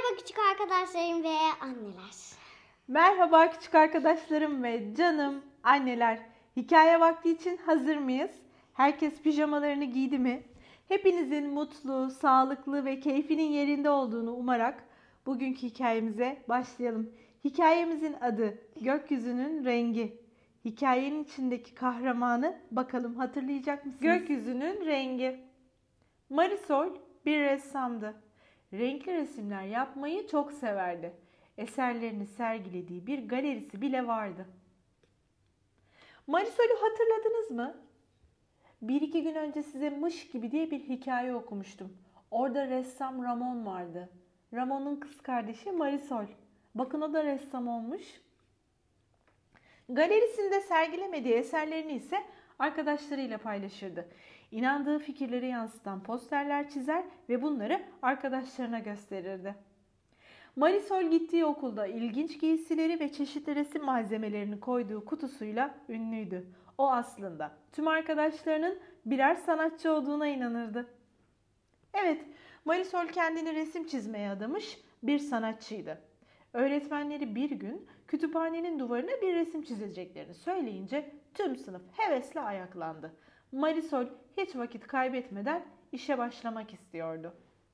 Merhaba küçük arkadaşlarım ve anneler. Merhaba küçük arkadaşlarım ve canım anneler. Hikaye vakti için hazır mıyız? Herkes pijamalarını giydi mi? Hepinizin mutlu, sağlıklı ve keyfinin yerinde olduğunu umarak bugünkü hikayemize başlayalım. Hikayemizin adı Gökyüzünün Rengi. Hikayenin içindeki kahramanı bakalım hatırlayacak mısınız? Gökyüzünün Rengi. Marisol bir ressamdı. Renkli resimler yapmayı çok severdi. Eserlerini sergilediği bir galerisi bile vardı. Marisol'ü hatırladınız mı? Bir iki gün önce size Mış gibi diye bir hikaye okumuştum. Orada ressam Ramon vardı. Ramon'un kız kardeşi Marisol. Bakın o da ressam olmuş. Galerisinde sergilemediği eserlerini ise arkadaşlarıyla paylaşırdı. İnandığı fikirleri yansıtan posterler çizer ve bunları arkadaşlarına gösterirdi. Marisol gittiği okulda ilginç giysileri ve çeşitli resim malzemelerini koyduğu kutusuyla ünlüydü. O aslında tüm arkadaşlarının birer sanatçı olduğuna inanırdı. Evet, Marisol kendini resim çizmeye adamış bir sanatçıydı. Öğretmenleri bir gün kütüphanenin duvarına bir resim çizeceklerini söyleyince tüm sınıf hevesle ayaklandı. Marisol hiç vakit kaybetmeden işe başlamak istiyordu.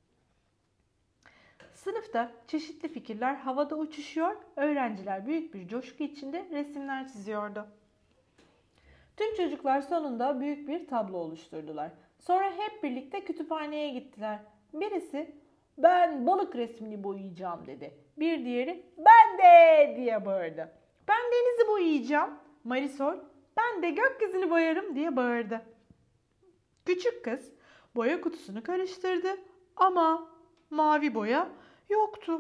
Sınıfta çeşitli fikirler havada uçuşuyor, öğrenciler büyük bir coşku içinde resimler çiziyordu. Tüm çocuklar sonunda büyük bir tablo oluşturdular. Sonra hep birlikte kütüphaneye gittiler. Birisi "Ben balık resmini boyayacağım" dedi. Bir diğeri "Ben de" diye bağırdı. "Ben denizi boyayacağım." Marisol "Ben de gökyüzünü boyarım" diye bağırdı. Küçük kız boya kutusunu karıştırdı ama mavi boya yoktu.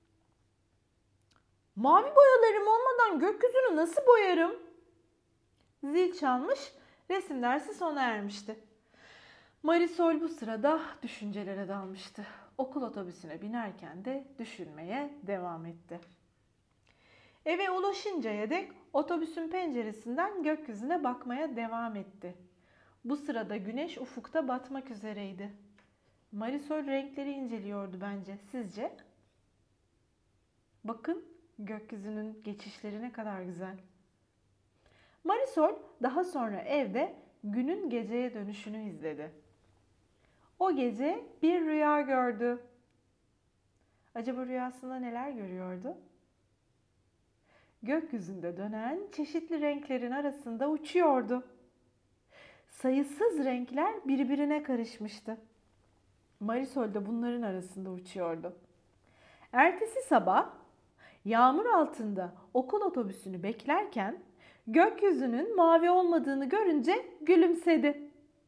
"Mavi boyalarım olmadan gökyüzünü nasıl boyarım?" Zil çalmış, resim dersi sona ermişti. Marisol bu sırada düşüncelere dalmıştı. Okul otobüsüne binerken de düşünmeye devam etti. Eve ulaşıncaya dek otobüsün penceresinden gökyüzüne bakmaya devam etti. Bu sırada güneş ufukta batmak üzereydi. Marisol renkleri inceliyordu bence. Sizce? Bakın gökyüzünün geçişleri ne kadar güzel. Marisol daha sonra evde günün geceye dönüşünü izledi. O gece bir rüya gördü. Acaba rüyasında neler görüyordu? Gökyüzünde dönen çeşitli renklerin arasında uçuyordu. Sayısız renkler birbirine karışmıştı. Marisol de bunların arasında uçuyordu. Ertesi sabah yağmur altında okul otobüsünü beklerken gökyüzünün mavi olmadığını görünce gülümsedi.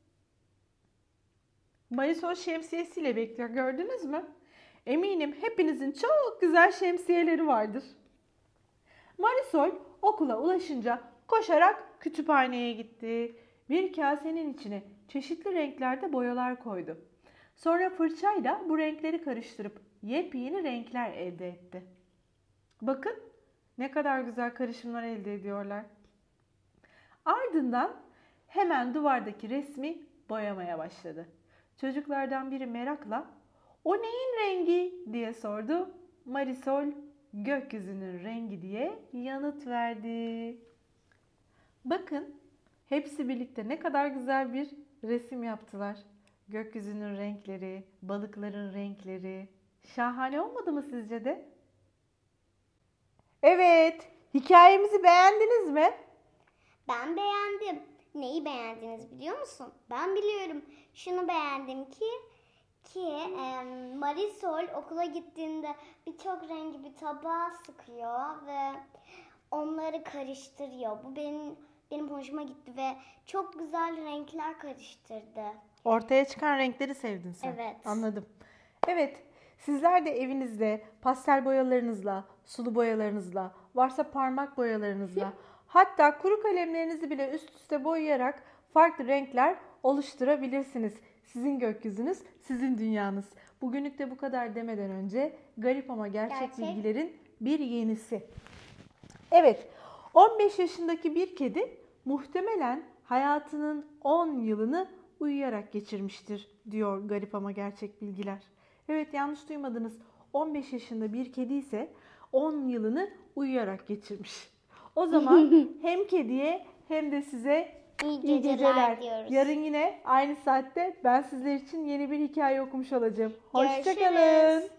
Marisol şemsiyesiyle bekliyor, gördünüz mü? Eminim hepinizin çok güzel şemsiyeleri vardır. Marisol okula ulaşınca koşarak kütüphaneye gitti. Bir kasenin içine çeşitli renklerde boyalar koydu. Sonra fırçayla bu renkleri karıştırıp yepyeni renkler elde etti. Bakın ne kadar güzel karışımlar elde ediyorlar. Ardından hemen duvardaki resmi boyamaya başladı. Çocuklardan biri merakla "O neyin rengi?" diye sordu. Marisol "Gökyüzünün rengi" diye yanıt verdi. Bakın hepsi birlikte ne kadar güzel bir resim yaptılar. Gökyüzünün renkleri, balıkların renkleri. Şahane olmadı mı sizce de? Evet, hikayemizi beğendiniz mi? Ben beğendim. Neyi beğendiniz biliyor musun? Ben biliyorum. Şunu beğendim ki Marisol okula gittiğinde birçok rengi bir tabağa sıkıyor ve onları karıştırıyor. Bu benim hoşuma gitti ve çok güzel renkler karıştırdı. Ortaya çıkan renkleri sevdin sen. Evet. Anladım. Evet, sizler de evinizde pastel boyalarınızla, sulu boyalarınızla, varsa parmak boyalarınızla, hatta kuru kalemlerinizi bile üst üste boyayarak farklı renkler oluşturabilirsiniz. Sizin gökyüzünüz, sizin dünyanız. Bugünlük de bu kadar demeden önce garip ama gerçek bilgilerin bir yenisi. Evet, 15 yaşındaki bir kedi muhtemelen hayatının 10 yılını uyuyarak geçirmiştir diyor garip ama gerçek bilgiler. Evet, yanlış duymadınız. 15 yaşında bir kedi ise 10 yılını uyuyarak geçirmiş. O zaman hem kediye hem de size İyi iyi geceler geceler. diyoruz. Yarın yine aynı saatte ben sizler için yeni bir hikaye okumuş olacağım. Hoşça Görüşürüz. kalın.